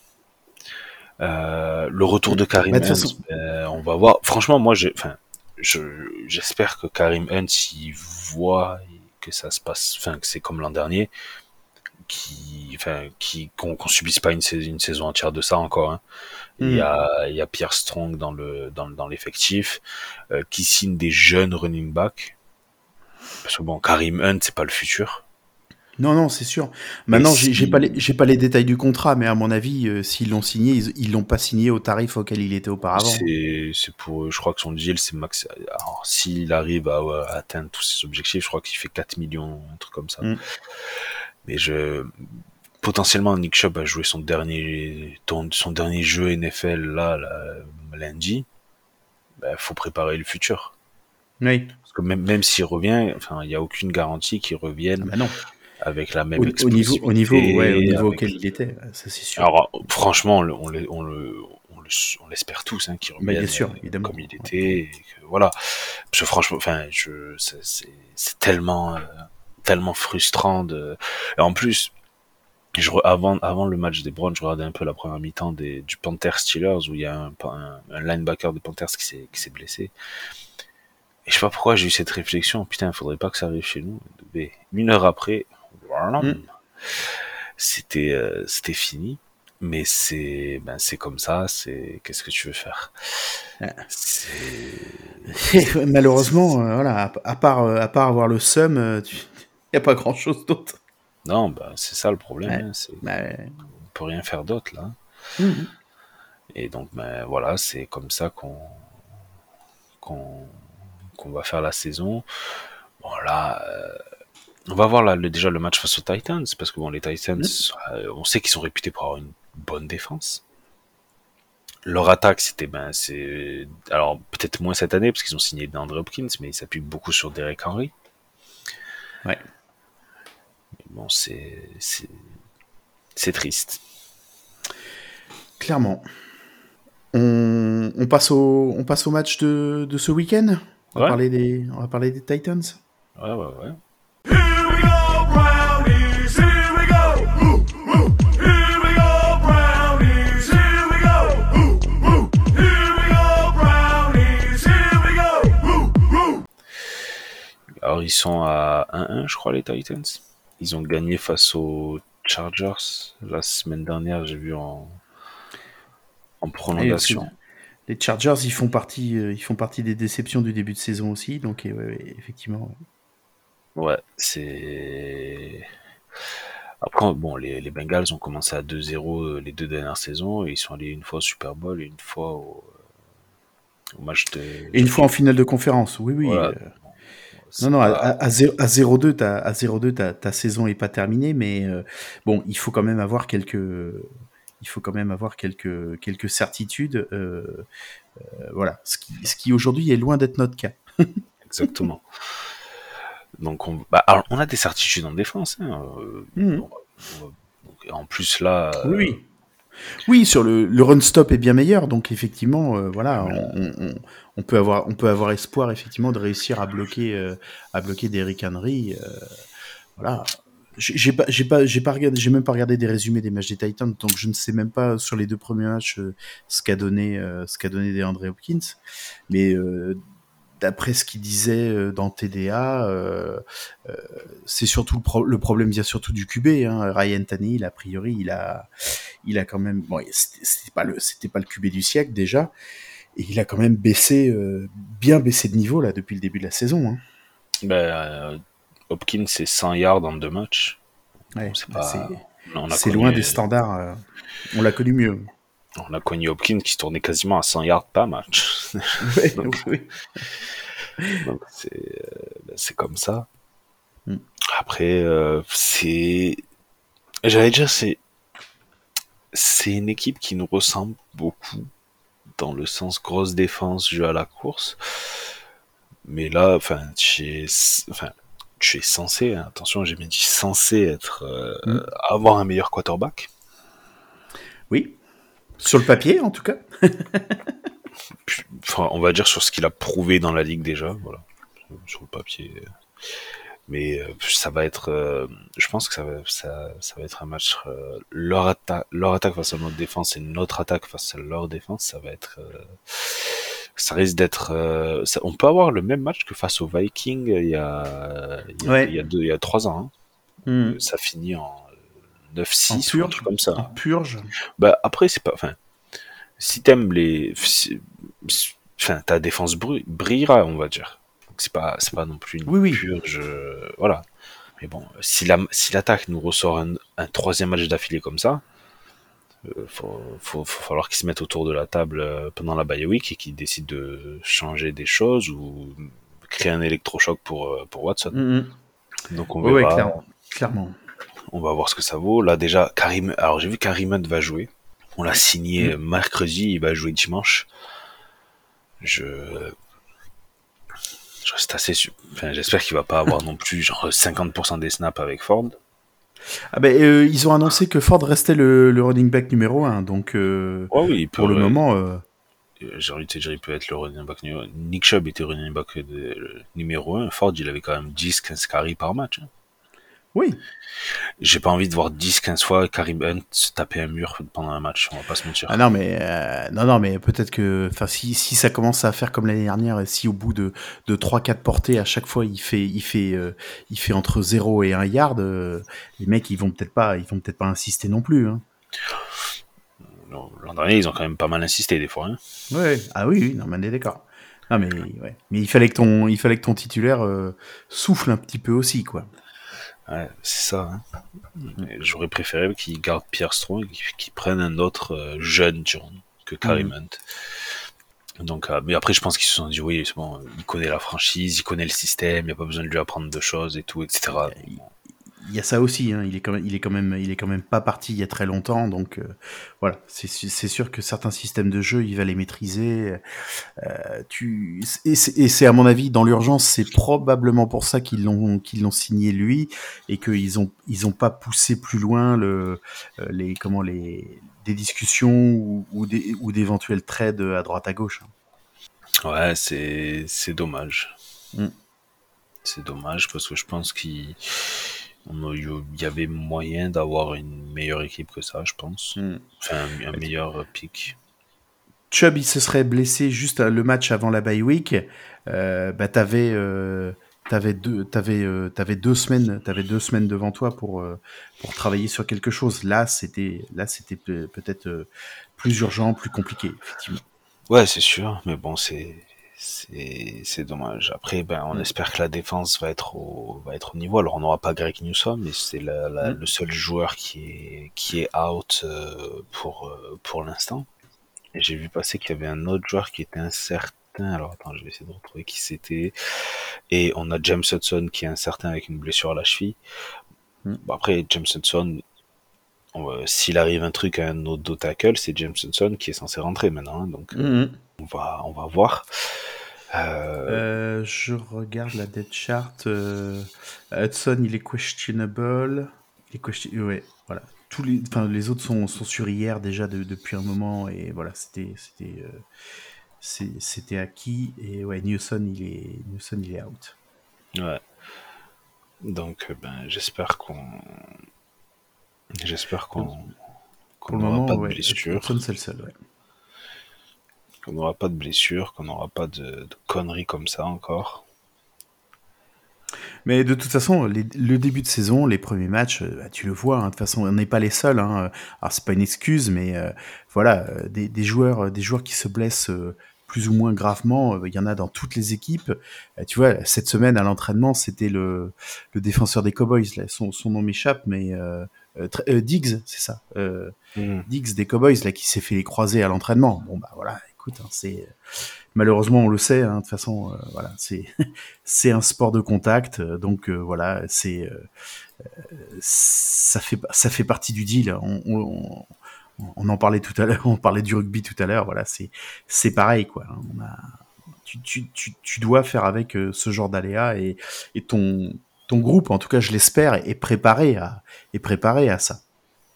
Euh, le retour Mm. de Bah, Karim de toute Hunt, façon, euh, on va voir. Franchement, moi, j'ai, enfin, je, j'espère que Karim Hunt, s'il voit que ça se passe, enfin, que c'est comme l'an dernier, qui, enfin, qui, qu'on, qu'on subisse pas une saison, une saison entière de ça encore. Hein. Il y mm. a, il y a Pierre Strong dans le, dans, dans l'effectif, euh, qui signe des jeunes running backs. Parce que bon, Karim Hunt, c'est pas le futur. Non, non, c'est sûr. Et Maintenant, j'ai j'ai pas les, si, j'ai pas les détails du contrat, mais à mon avis, euh, s'ils l'ont signé, ils, ils l'ont pas signé au tarif auquel il était auparavant. c'est, c'est pour, je crois que son deal, c'est max. Alors, s'il arrive à, à atteindre tous ses objectifs, je crois qu'il fait quatre millions, un truc comme ça. Mm. Mais je, potentiellement, Nick Chubb a joué son dernier, ton- son dernier jeu N F L là, là, lundi. ben, faut préparer le futur. Oui. Parce que même, même s'il revient, enfin, il n'y a aucune garantie qu'il revienne Ah bah non. avec la même Au, au niveau, au niveau, ouais, au explosivité. niveau Avec... auquel il était, ça c'est sûr. Alors, franchement, on, le, on, le, on, le, on, le, on l'espère tous, hein, qu'il Bah, bien revienne sûr, évidemment. comme il était. Et que, voilà. Parce que franchement, enfin, je, c'est, c'est, c'est tellement, euh, tellement frustrant de. Et en plus, je, avant, avant le match des Browns, je regardais un peu la première mi-temps des, du Panthers Steelers où il y a un, un, un linebacker des Panthers qui s'est, qui s'est blessé. Et je sais pas pourquoi j'ai eu cette réflexion. Putain, il faudrait pas que ça arrive chez nous. Mais une heure après, voilà, mm. c'était, euh, c'était fini. Mais c'est, ben, c'est comme ça. C'est, qu'est-ce que tu veux faire? Ah. C'est... Malheureusement, euh, voilà, à, à part, euh, à part avoir le seum, il tu... y a pas grand chose d'autre. Non, ben, c'est ça le problème. Ouais. Hein, c'est... Bah, ouais. On peut rien faire d'autre là. Mm-hmm. Et donc, ben voilà, c'est comme ça qu'on, qu'on, qu'on va faire la saison. Bon là, euh, on va voir là le, déjà le match face aux Titans, parce que bon, les Titans, mmh. euh, on sait qu'ils sont réputés pour avoir une bonne défense. Leur attaque, c'était ben, c'est alors peut-être moins cette année parce qu'ils ont signé DeAndre Hopkins, mais ils s'appuient beaucoup sur Derek Henry. Ouais. Mais bon, c'est c'est c'est triste. Clairement. On, on passe au on passe au match de, de ce week-end. On va ouais. parler des on va parler des Titans. Ouais ouais ouais. Here we go, Brownies, here we go. Ooh, ooh. Here we go, Brownies, here we go. Ooh, ooh. Here we go, Brownies, here we go. Ooh, ooh. Alors ils sont à un un, je crois, les Titans. Ils ont gagné face aux Chargers la semaine dernière, j'ai vu en en prolongation. Les Chargers, ils font partie, euh, ils font partie des déceptions du début de saison aussi, donc et, ouais, ouais, effectivement. Ouais, c'est. Après, bon, les, les Bengals ont commencé à deux zéro les deux dernières saisons, et ils sont allés une fois au Super Bowl et une fois au, au match de. Et une fois en finale de conférence, oui, oui. Voilà. Euh... Non, non, pas... à, à, à zéro deux, ta, à zéro deux ta, ta saison est pas terminée, mais euh, bon, il faut quand même avoir quelques. Il faut quand même avoir quelques, quelques certitudes. Euh, euh, voilà. Ce qui, ce qui aujourd'hui est loin d'être notre cas. Exactement. Donc, on, bah, alors, on a des certitudes en défense. Hein. Mmh. On, on, en plus, là. Oui, oui. Oui, sur le, le run stop est bien meilleur, donc effectivement, euh, voilà, on, on, on peut avoir, on peut avoir espoir effectivement de réussir à bloquer, euh, à bloquer Derrick Henry. Euh, voilà. J'ai pas, j'ai pas, j'ai pas regardé, j'ai même pas regardé des résumés des matchs des Titans, donc je ne sais même pas sur les deux premiers matchs euh, ce qu'a donné, euh, ce qu'a donné DeAndre Hopkins, mais euh, d'après ce qu'il disait euh, dans T D A, euh, euh, c'est surtout le, pro- le problème vient surtout du Q B. Hein. Ryan Tannehill, a priori, il a, il a quand même, bon, c'était, c'était pas le, c'était pas le Q B du siècle déjà, et il a quand même baissé, euh, bien baissé de niveau là depuis le début de la saison. Hein. Ben, euh, Hopkins, c'est cent yards en deux matchs. Ouais, c'est bah pas... c'est, on a c'est connu... loin des standards. Euh, on l'a connu mieux. On a connu Hopkins qui se tournait quasiment à cent yards par match. Ouais, donc, oui. donc c'est, euh, c'est comme ça. Mm. Après, euh, c'est, j'allais dire, c'est, c'est une équipe qui nous ressemble beaucoup dans le sens grosse défense, jeu à la course. Mais là, enfin, tu es, enfin, tu es censé, hein, attention, j'ai bien dit censé être, euh, mm. avoir un meilleur quarterback. Oui. Sur le papier, en tout cas. Enfin, on va dire sur ce qu'il a prouvé dans la ligue déjà, voilà, sur le papier. Mais euh, ça va être, euh, je pense que ça va, ça, ça va être un match. Euh, leur attaque, leur attaque face à notre défense et notre attaque face à leur défense, ça va être, euh, ça risque d'être. Euh, ça, on peut avoir le même match que face aux Vikings il y a, il y a, ouais. il y a, deux, il y a trois ans. Hein. Mm. Ça finit en neuf six ou un truc comme ça. En purge. Bah après c'est pas, enfin, si t'aimes les, enfin ta défense brillera, on va dire. Donc c'est pas, c'est pas non plus une oui, purge, oui. euh, voilà. Mais bon, si la, si l'attaque nous ressort un, un troisième match d'affilée comme ça, euh, faut, faut, faut falloir qu'ils se mettent autour de la table euh, pendant la bye week et qu'ils décident de changer des choses ou créer un électrochoc pour euh, pour Watson. Mm-hmm. Donc on oui, verra. Ouais, clairement. clairement. On va voir ce que ça vaut. Là déjà, Karim, alors j'ai vu Karim Hunt va jouer. On l'a signé mmh. mercredi, il va jouer dimanche. je, je reste assez, su- enfin, j'espère qu'il va pas avoir non plus genre cinquante pour cent des snaps avec Ford. Ah ben, euh, ils ont annoncé que Ford restait le, le running back numéro un, donc euh, Ouais, oui, il peut, pour le ouais, moment, euh, j'ai envie de te dire, il peut être le running back numéro. Nick Chubb était running back de- le numéro un. Ford, il avait quand même dix quinze carries par match. Hein. oui. J'ai pas envie de voir dix quinze fois Karim Hunt se taper un mur pendant un match, on va pas se Ah mentir. non, mais euh, non, non, mais peut-être que, enfin, si, si ça commence à faire comme l'année dernière, et si au bout de de trois quatre portées à chaque fois il fait il fait euh, il fait entre zéro et un yard, euh, les mecs ils vont peut-être pas ils vont peut-être pas insister non plus. Hein. Non, l'an dernier, ils ont quand même pas mal insisté des fois. Hein. Ouais. Ah oui, oui, non, mais on est d'accord. Non, mais ouais. Mais il fallait que ton il fallait que ton titulaire euh, souffle un petit peu aussi, quoi. Ouais, c'est ça. Hein. Mm. Et j'aurais préféré qu'ils gardent Pierre Strong et qu'ils qu'ils prennent un autre euh, jeune genre, que Karim Mm. Hunt. Donc, euh, mais après, je pense qu'ils se sont dit, oui, c'est bon, il connaît la franchise, il connaît le système, il n'y a pas besoin de lui apprendre de choses et tout, et cetera. Il il y a ça aussi, hein. Il est quand même, il est quand même, il est quand même pas parti il y a très longtemps, donc euh, voilà. C'est su- c'est sûr que certains systèmes de jeu, il va les maîtriser. Euh, tu et c'est et c'est, à mon avis dans l'urgence, c'est probablement pour ça qu'ils l'ont qu'ils l'ont signé lui et qu'ils ont ils ont pas poussé plus loin le euh, les comment les des discussions ou, ou des ou d'éventuels trades à droite à gauche. Ouais, c'est c'est dommage. Hein. C'est dommage parce que je pense qu'il on a eu- il y avait moyen d'avoir une meilleure équipe que ça, je pense. Mm. Mm. Enfin, un, un meilleur pick. Chubb, il se serait blessé juste euh, le match avant la bye week. Euh, bah t'avais euh, t'avais deux t'avais euh, t'avais deux semaines t'avais deux semaines devant toi pour euh, pour travailler sur quelque chose. Là c'était là c'était pe- peut-être euh, plus urgent, plus compliqué effectivement. Ouais, c'est sûr, mais bon, c'est c'est c'est dommage. Après, ben, on Mm. espère que la défense va être au va être au niveau. Alors, on n'aura pas Greg Newsome, mais c'est la, la- Mm. le seul joueur qui est qui est out euh, pour euh, pour l'instant. Et j'ai vu passer qu'il y avait un autre joueur qui était incertain. Alors, attends, je vais essayer de retrouver qui c'était. Et on a James Hudson qui est incertain avec une blessure à la cheville. Mm. Bon, après, James Hudson, on va- s'il arrive un truc à un autre dos tackle, c'est James Hudson qui est censé rentrer maintenant. Hein, donc, euh, Mm. on va on va voir. Euh, Euh, je regarde la depth chart. euh, Hudson, il est questionable. Il est question... Ouais, voilà. Tous les, enfin, les autres sont, sont sur hier déjà de- depuis un moment et voilà, c'était, c'était, euh, c'est- c'était acquis et ouais, Newson, il est, Newson, il est out. ouais. Donc, euh, ben, j'espère qu'on j'espère Donc, qu'on qu'on pour le n'aura moment, pas de ouais, Hud- Hudson, blessure, c'est le seul. Ouais. qu'on n'aura pas de blessure, qu'on n'aura pas de, de conneries comme ça encore. Mais de toute façon, les- le début de saison, les premiers matchs, euh, bah, tu le vois. Hein, de toute façon, on n'est pas les seuls. Hein. Alors c'est pas une excuse, mais euh, voilà, euh, des, des joueurs, euh, des joueurs qui se blessent euh, plus ou moins gravement, euh, il y en a dans toutes les équipes. Euh, tu vois, cette semaine à l'entraînement, c'était le, le défenseur des Cowboys. Là, son, son nom m'échappe, mais euh, euh, tr- euh, Diggs, c'est ça. Euh, Hmm. Diggs des Cowboys là qui s'est fait les croiser à l'entraînement. Bon bah voilà, écoute, hein, c'est malheureusement on le sait. Hein, de toute façon, euh, voilà, c'est c'est un sport de contact, euh, donc euh, voilà, c'est euh, ça fait ça fait partie du deal. On, on, on en parlait tout à l'heure, on parlait du rugby tout à l'heure. Voilà, c'est c'est pareil quoi. Hein, on a, tu, tu, tu, tu dois faire avec euh, ce genre d'aléas et, et ton ton groupe, en tout cas je l'espère, est préparé à est préparé à ça.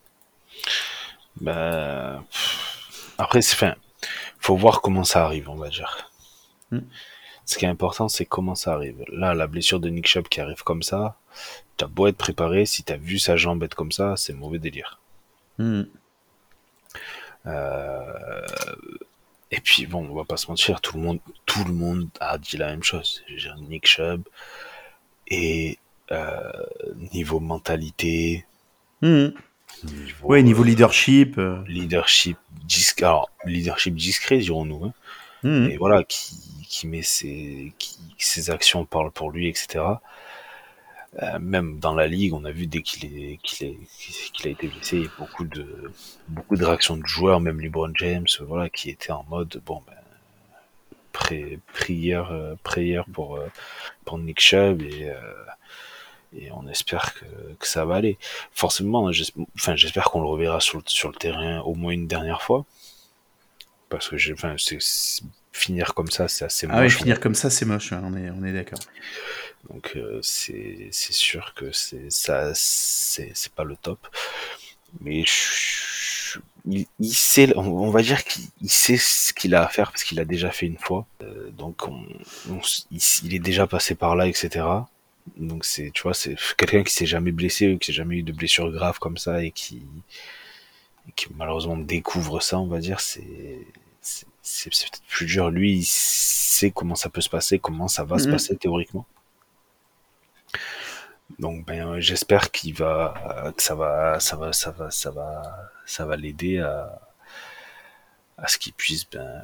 Ben, pff, après, c'est fin. Faut voir comment ça arrive, on va dire. Hmm. Ce qui est important, c'est comment ça arrive. Là, la blessure de Nick Chubb qui arrive comme ça, t'as beau être préparé, si t'as vu sa jambe être comme ça, c'est mauvais délire. Hmm. Euh, et puis bon, on va pas se mentir, tout le monde, tout le monde a dit la même chose. Je veux dire, Nick Chubb et euh, niveau mentalité, Hmm. niveau Ouais, niveau euh, leadership. Euh, leadership discret, alors leadership discret dirons-nous, hein, hmm. mais voilà, qui, qui met ses, qui, ses actions parlent pour lui, et cetera. Euh, même dans la ligue, on a vu dès qu'il est, qu'il est, qu'il a été blessé, il y a beaucoup de, beaucoup de réactions de joueurs, même LeBron James, voilà, qui étaient en mode, bon, ben, pré, prière, euh, prière pour, euh, pour Nick Chubb et, euh, et on espère que, que ça va aller. Forcément, j'espère, enfin, j'espère qu'on le reverra sur le, sur le terrain au moins une dernière fois, parce que j'ai, enfin, c'est, c'est- finir comme ça, c'est assez moche. Ah oui, on finir comme ça, c'est moche, hein, on est, on est d'accord. Donc euh, c'est c'est sûr que c'est ça c'est c'est pas le top, mais je- il, il sait, on, on va dire qu'il il sait ce qu'il a à faire parce qu'il a déjà fait une fois. Euh, donc on, on s- il, s- il est déjà passé par là, et cetera. Donc c'est, tu vois, c'est quelqu'un qui s'est jamais blessé ou qui s'est jamais eu de blessure grave comme ça et qui et qui malheureusement découvre ça, on va dire. C'est c'est c'est c'est peut-être plus dur. Lui, il sait comment ça peut se passer, comment ça va se Mhm. passer théoriquement. Donc ben euh, j'espère qu'il va euh, que ça va ça va ça va ça va ça va l'aider à à ce qu'il puisse ben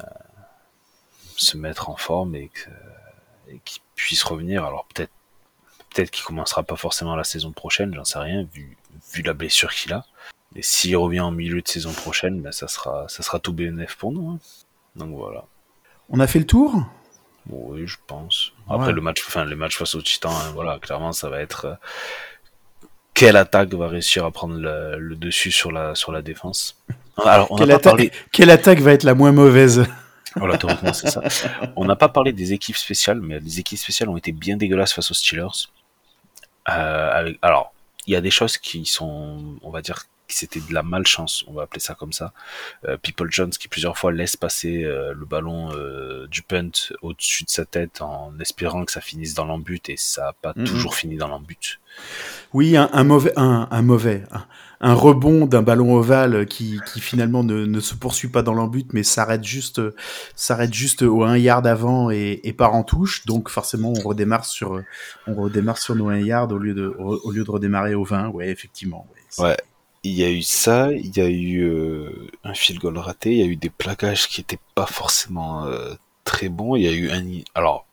se mettre en forme et que et qu'il puisse revenir. Alors peut-être peut-être qu'il commencera pas forcément la saison prochaine, j'en sais rien vu vu la blessure qu'il a. Et s'il revient en milieu de saison prochaine, ben ça sera ça sera tout bénef pour nous, hein. Donc voilà. On a fait le tour? Bon, oui, je pense. Ouais. Après le match, enfin le match face aux Titans, hein, voilà, clairement ça va être euh, quelle attaque va réussir à prendre le, le dessus sur la sur la défense. Alors on n'a Quelle, pas atta- parlé. Quelle attaque va être la moins mauvaise? Voilà, théoriquement c'est ça. On n'a pas parlé des équipes spéciales, mais les équipes spéciales ont été bien dégueulasses face aux Steelers. Euh, avec, alors, il y a des choses qui sont, on va dire, que c'était de la malchance, on va appeler ça comme ça. Euh, People Jones qui plusieurs fois laisse passer euh, le ballon euh, du punt au-dessus de sa tête en espérant que ça finisse dans l'embut et ça n'a pas Mhm. toujours fini dans l'embut. Oui, un, un mauvais, un, un mauvais, un, un rebond d'un ballon ovale qui, qui finalement ne, ne se poursuit pas dans l'embut, mais s'arrête juste, s'arrête juste au un yard avant et, et part en touche. Donc forcément, on redémarre sur, on redémarre sur nos un yard au lieu de, au, au lieu de redémarrer au vingt. Ouais, effectivement. Ouais, c'est- Ouais, il y a eu ça, il y a eu euh, un field goal raté, il y a eu des plaquages qui étaient pas forcément euh, très bons, il y a eu un... Alors,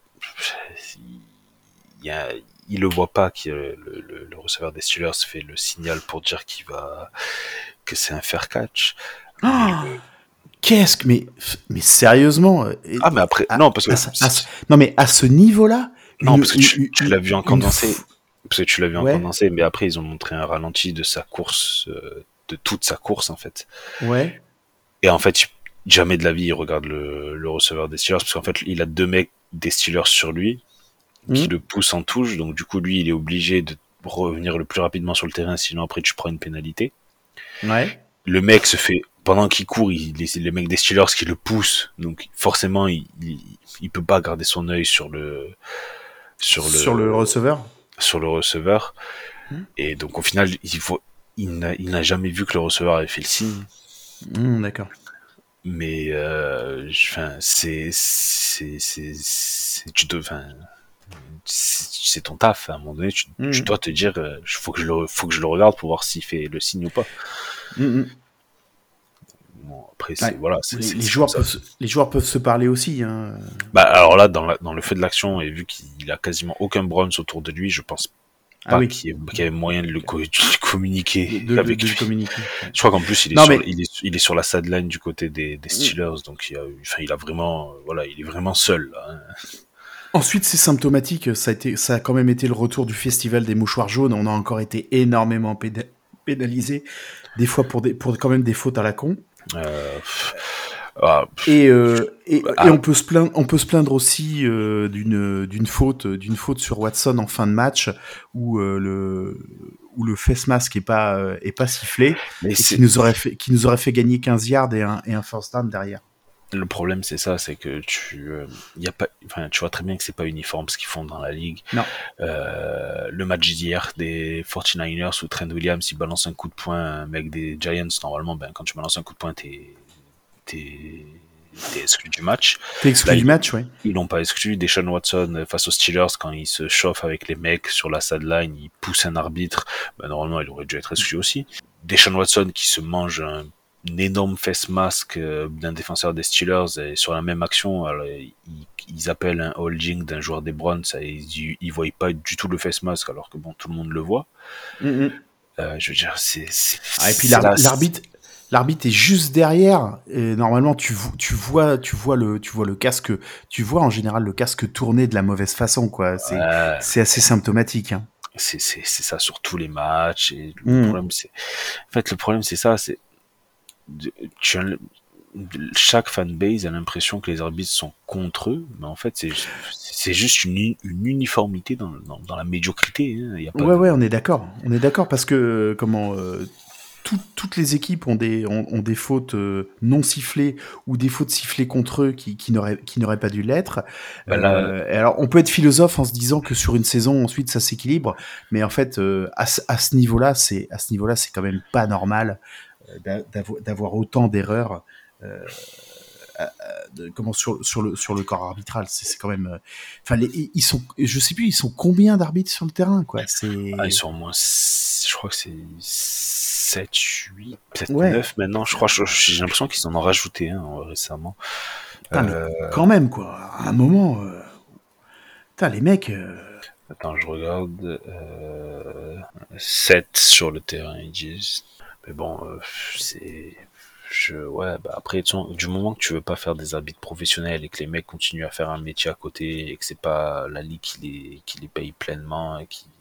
il, y a, il le voit pas, qui le, le, le receveur des Steelers fait le signal pour dire qu'il va que c'est un fair catch. Oh, qu'est-ce que, mais, mais sérieusement. euh, Ah mais après, à- non parce que à ce- à ce- non mais à ce niveau-là, non une, parce que tu, une- tu une- l'as vu en une condensé, f- parce que tu l'as vu en Ouais. condensé, mais après ils ont montré un ralenti de sa course, euh, de toute sa course en fait. Ouais. Et en fait, jamais de la vie, il regarde le, le receveur des Steelers, parce qu'en fait, il a deux mecs des Steelers sur lui, qui Mhm. le poussent en touche, donc du coup, lui, il est obligé de revenir le plus rapidement sur le terrain, sinon après, tu prends une pénalité. Ouais. Le mec se fait, pendant qu'il court, il, les, les mecs des Steelers qui le poussent, donc forcément, il, il, il peut pas garder son œil sur le, sur le, Sur le receveur. sur le receveur. Mhm. Et donc, au final, il faut, il n'a, il n'a jamais vu que le receveur avait fait le signe. Mhm, d'accord. Mais euh, enfin c'est c'est c'est c'est tu te enfin c'est c'est ton taf à un moment donné tu, Mhm. tu dois te dire euh, faut que je le faut que je le regarde pour voir s'il fait le signe ou pas. Mhm. Bon, après c'est Ouais. voilà c'est, Les, c'est, les c'est joueurs comme ça. peuvent, se- les joueurs peuvent se parler aussi. Hein. Bah alors là dans la, dans le feu de l'action et vu qu'il a quasiment aucun Browns autour de lui, je pense pas Ah oui. qu'il y ait, qu'il y avait moyen de le co- de communiquer De, de, avec de lui. communiquer. Ouais. Je crois qu'en plus il est Non, sur mais- il est il est sur la sideline du côté des, des Steelers, donc il a enfin il a vraiment euh, voilà il est vraiment seul là, hein. Ensuite, c'est symptomatique. Ça a, été, ça a quand même été le retour du festival des mouchoirs jaunes. On a encore été énormément péda- pénalisés, des fois pour, des, pour quand même des fautes à la con. Euh, pff, ah, pff, Et, euh, et, Ah. et on peut se plaindre, on peut se plaindre aussi euh, d'une d'une faute, d'une faute sur Watson en fin de match où euh, le où le face mask est pas euh, est pas sifflé mais et c'est, qui nous aurait fait qui nous aurait fait gagner quinze yards et un et un first down derrière. le problème c'est ça, c'est que tu euh, y a pas enfin tu vois très bien que c'est pas uniforme ce qu'ils font dans la ligue. Non. Euh, le match d'hier des forty-niners où Trent Williams il balance un coup de poing à un mec des Giants, normalement ben quand tu balances un coup de poing t'es t'es t'es exclu du match. T'es exclu Là, du ils- match, ouais. Ils l'ont pas exclu. Deshaun Watson euh, face aux Steelers, quand il se chauffe avec les mecs sur la sideline, il pousse un arbitre. Ben, normalement, il aurait dû être exclu aussi. Deshaun Watson qui se mange un, un énorme face mask euh, d'un défenseur des Steelers et sur la même action, alors, ils, ils appellent un holding d'un joueur des Browns et ils, ils voient pas du tout le face mask alors que bon, tout le monde le voit. Mm-hmm. Euh, je veux dire, c'est, c'est Ah, et puis c'est l'arbitre, là- l'arbitre, l'arbitre est juste derrière. Et normalement, tu, vo- tu vois, tu vois le, tu vois le casque, tu vois en général le casque tourner de la mauvaise façon, quoi. C'est, Ouais. c'est assez symptomatique. Hein. c'est c'est c'est ça sur tous les matchs et le Mm. problème c'est en fait le problème c'est ça c'est de- tu as le- chaque fanbase a l'impression que les arbitres sont contre eux, mais en fait, c'est, c'est juste une, une uniformité dans, dans, dans la médiocrité. Hein. Y a pas Ouais, de... ouais, on est d'accord. On est d'accord parce que euh, comment euh, tout- toutes les équipes ont des ont, ont des fautes euh, non sifflées ou des fautes sifflées contre eux qui, qui n'auraient qui n'auraient pas dû l'être. Bah là, Euh, et alors, on peut être philosophe en se disant que sur une saison ensuite ça s'équilibre, mais en fait euh, à, ce- à ce niveau-là, c'est à ce niveau-là, c'est quand même pas normal euh, d'a- d'avo- d'avoir autant d'erreurs. Euh, à- à- de- comment sur sur le sur le corps arbitral, c'est c'est quand même euh, enfin les ils sont je sais plus ils sont combien d'arbitres sur le terrain quoi, ah, ils c'est sont au moins, six- je crois que c'est sept, huit, peut-être ouais. neuf maintenant. Je crois, je- j'ai l'impression qu'ils en ont rajouté un hein, récemment. Putain, mais Euh, quand même, quoi. À un moment, euh, putain, les mecs. euh, attends, je regarde. Euh, sept sur le terrain, ils disent. Mais bon, euh, c'est. Je, ouais, bah après, de toute façon, du moment que tu veux pas faire des arbitres professionnels et que les mecs continuent à faire un métier à côté et que c'est pas la ligue qui les, qui les paye pleinement et qui.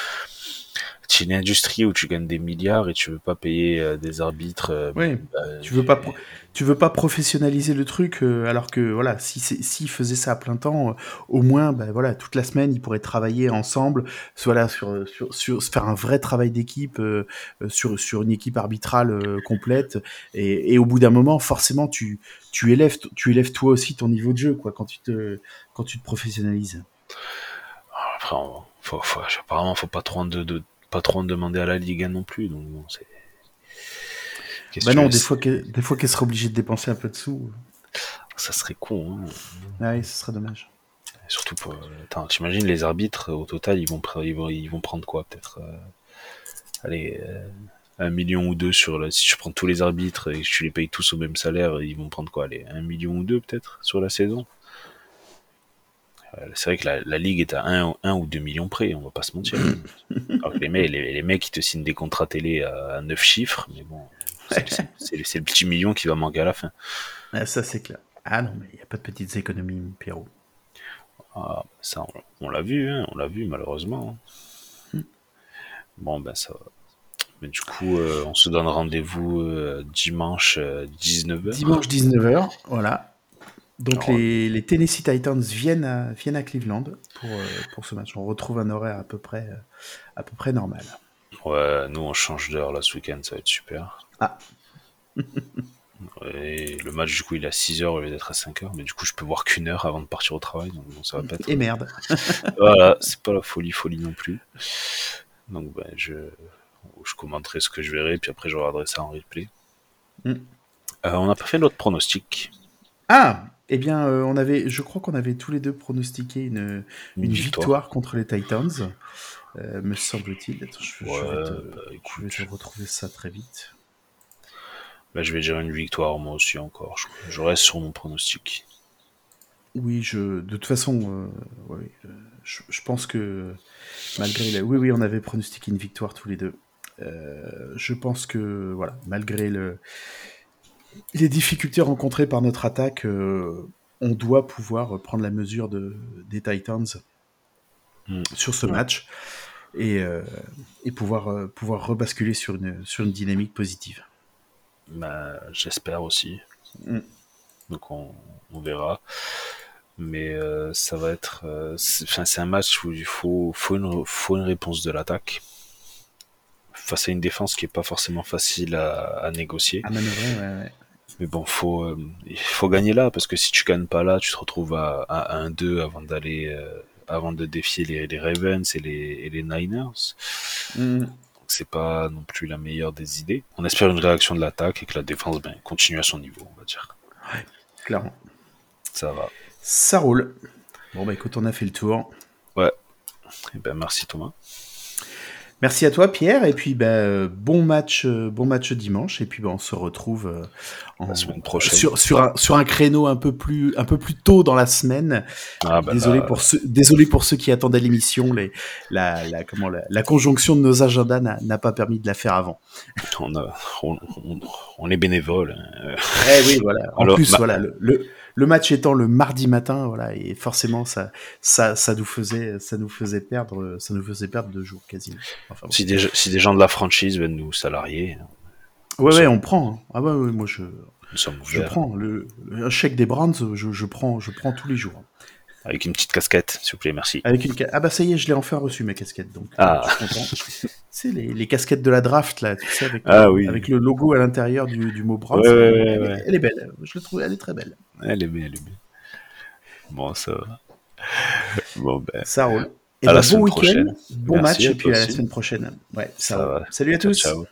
C'est une industrie où tu gagnes des milliards et tu veux pas payer euh, des arbitres. euh, Ouais. bah, Tu veux pas, pro- tu veux pas professionnaliser le truc, euh, alors que voilà, si c'est- s'ils faisaient ça à plein temps, euh, au moins, bah, voilà, toute la semaine, ils pourraient travailler ensemble, voilà, sur, sur, sur faire un vrai travail d'équipe euh, euh, sur sur une équipe arbitrale euh, complète. Et, et au bout d'un moment, forcément, tu tu élèves tu élèves toi aussi ton niveau de jeu, quoi, quand tu te quand tu te professionnalises. après, on- faut, faut, apparemment, faut pas trop en de, de- pas trop en demander à la Ligue un non plus. Donc, bon, c'est. Qu'est-ce que Bah tu non, veux, des c'est- fois que des fois qu'elle sera obligée de dépenser un peu de sous. ça serait con. Hein. Ah oui, ce serait dommage. Surtout pour. Attends, t'imagines les arbitres au total, ils vont, pre- ils vont, ils vont prendre quoi, peut-être. euh, allez, euh, un million ou deux sur la. Si je prends tous les arbitres et que tu les payes tous au même salaire, ils vont prendre quoi, allez, un million ou deux peut-être sur la saison. Euh, c'est vrai que la, la ligue est à un, un ou deux millions près, on va pas se mentir. Alors que les mecs, les, les mecs, ils te signent des contrats télé à, à neuf chiffres, mais bon, c'est, c'est, c'est le- c'est le petit million qui va manquer à la fin. Ah, ça c'est clair. Ah non, mais il y a pas de petites économies, mon Pierrot. Ah, ça, on, on l'a vu, hein, on l'a vu malheureusement. Hmm. Bon, ben ça va. Mais du coup, euh, on se donne rendez-vous euh, dimanche euh, dix-neuf heures. Dimanche dix-neuf heures, voilà. Donc Alors, les, les Tennessee Titans viennent à, viennent à Cleveland pour, euh, pour ce match. On retrouve un horaire à peu près, euh, à peu près normal. ouais, nous on change d'heure là ce week-end, ça va être super. Ah. Et le match du coup il est à six heures au lieu d'être à cinq heures, mais du coup je peux voir qu'une heure avant de partir au travail, donc bon, ça va pas être. Et merde. Voilà, c'est pas la folie folie non plus. Donc ben je, je commenterai ce que je verrai, puis après je regarderai ça en replay. Mm. Euh, on n'a pas fait notre pronostic. Ah, eh bien, euh, on avait, je crois qu'on avait tous les deux pronostiqué une, Une une victoire. victoire. contre les Titans, euh, me semble-t-il. Attends, je, je Ouais, vais te, bah, je écoute. vais te retrouver ça très vite. Ben, je vais dire une victoire moi aussi encore. Je, je reste sur mon pronostic. Oui, je, de toute façon, euh, oui, euh, je, je pense que malgré la, oui, oui, on avait pronostiqué une victoire tous les deux. Euh, je pense que voilà, malgré le, les difficultés rencontrées par notre attaque, euh, on doit pouvoir prendre la mesure de, des Titans Mm. sur ce Ouais. match et, euh, et pouvoir, euh, pouvoir rebasculer sur une, sur une dynamique positive. Ben, j'espère aussi. Mm. Donc on, on verra. Mais euh, ça va être. euh, c'est, enfin, c'est un match où il faut, faut, une, faut une réponse de l'attaque. Face à une défense qui est pas forcément facile à, à négocier. À manœuvrer, ouais, ouais. Mais bon, faut, euh, il faut gagner là, parce que si tu gagnes pas là, tu te retrouves à, à un deux avant d'aller. Euh, avant de défier les, les Ravens et les, et les Niners. Mm. Donc c'est pas non plus la meilleure des idées. On espère une réaction de l'attaque et que la défense ben, continue à son niveau, on va dire. Clairement. Ça va. Ça roule. Bon, bah écoute, on a fait le tour. Ouais. Et ben merci Thomas. Merci à toi, Pierre. Et puis, bah, euh, bon match, euh, bon match dimanche. Et puis, bah, on se retrouve euh, en, La semaine prochaine. sur, sur, un, sur un créneau un peu plus, un peu plus tôt dans la semaine. Ah, bah, désolé là, pour ceux, désolé pour ceux qui attendaient l'émission. Les, la, la, comment, la, la conjonction de nos agendas n'a, n'a pas permis de la faire avant. on, a, on, on, on est bénévole. Hein. Eh oui, voilà. En Alors, plus, ma- voilà, le, le, le match étant le mardi matin, voilà, et forcément, ça, ça, ça nous faisait, ça nous faisait perdre, ça nous faisait perdre deux jours quasiment. Enfin, bon. Si des, si des gens de la franchise veulent nous salarier, Ouais, ça- ouais, on prend. Hein. Ah ouais, ouais, moi je, nous sommes Je ouverts. prends le, un chèque des Browns, je, je prends, je prends tous les jours. Avec une petite casquette, s'il vous plaît, merci. Avec une ca- ah bah ça y est, je l'ai enfin reçu mes casquettes, donc Ah. euh, je suis content. C'est les, les casquettes de la draft là, tu sais, avec, Ah le, oui. avec le logo à l'intérieur du, du mot Browns. Ouais, ouais, ouais, elle, ouais. Est, elle est belle, je la trouve, elle est très belle. Elle est bien, elle est bien. Bon, ça va. Bon, ben, Ça roule. Et À la ben, bon semaine week-end, prochaine. bon Merci match, à et puis toi à la aussi. semaine prochaine. Ouais, ça, ça roule. va. Salut à Ciao, tous. ciao.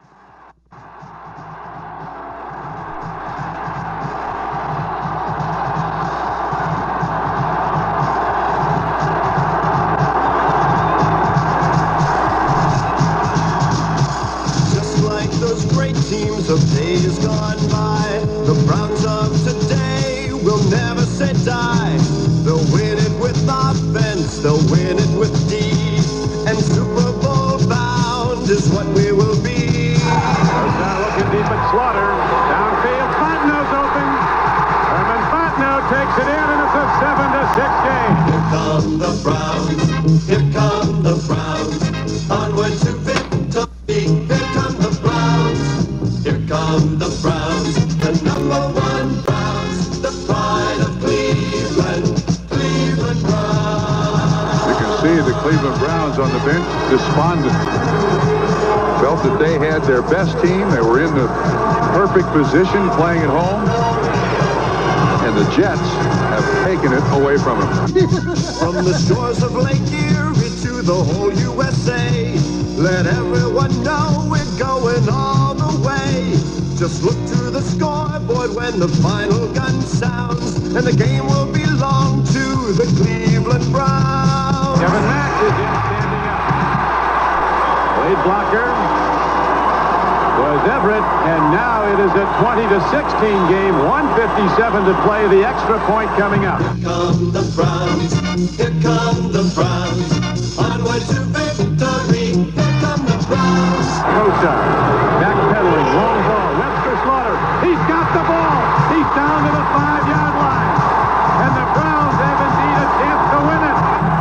Just like those great teams of days gone by, the Browns of today will never say die. They'll win it with offense, they'll win it with D, and Super Bowl bound is what we will be. Goes down looking deep at Slaughter. Downfield, Fontenot's open. Herman Fontenot takes it in, and it's a seven to six game. Here come the Browns, here come the Browns, onward to victory. Here come the Browns, here come the Browns, the number one Browns, the pride of Cleveland, Cleveland Browns. You can see the Cleveland Browns on the bench despondent. Felt that they had their best team. They were in the perfect position playing at home. And the Jets have taken it away from them. From the shores of Lake Erie to the whole U S A, let everyone know we're going all the way. Just look to the scoreboard when the final gun sounds, and the game will belong to the Cleveland Browns. Kevin Mack is in standing up. Lead blocker was Everett, and now it is a twenty to sixteen game, one fifty-seven to play, the extra point coming up. Here come the Browns, here come the Browns, onward to victory, here come the Browns. Kosar, backpedaling, long ball, Webster Slaughter, he's got the ball, he's down to the five-yard line, and the Browns have indeed a chance to win it.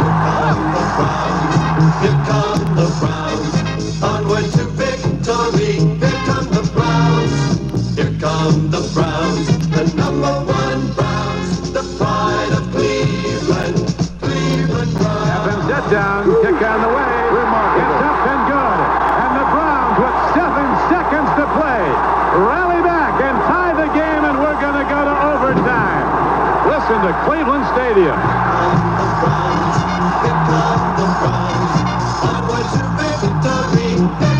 Here come the Browns, onward to victory, here come the Browns, here come the Browns, the number one Browns, the pride of Cleveland, Cleveland Browns. Evans dead down, kick on the way, it's up and good, and the Browns with seven seconds to play, rally back and tie the game, and we're going to go to overtime. Listen to Cleveland Stadium. The Browns, here come the Browns, onward to victory, here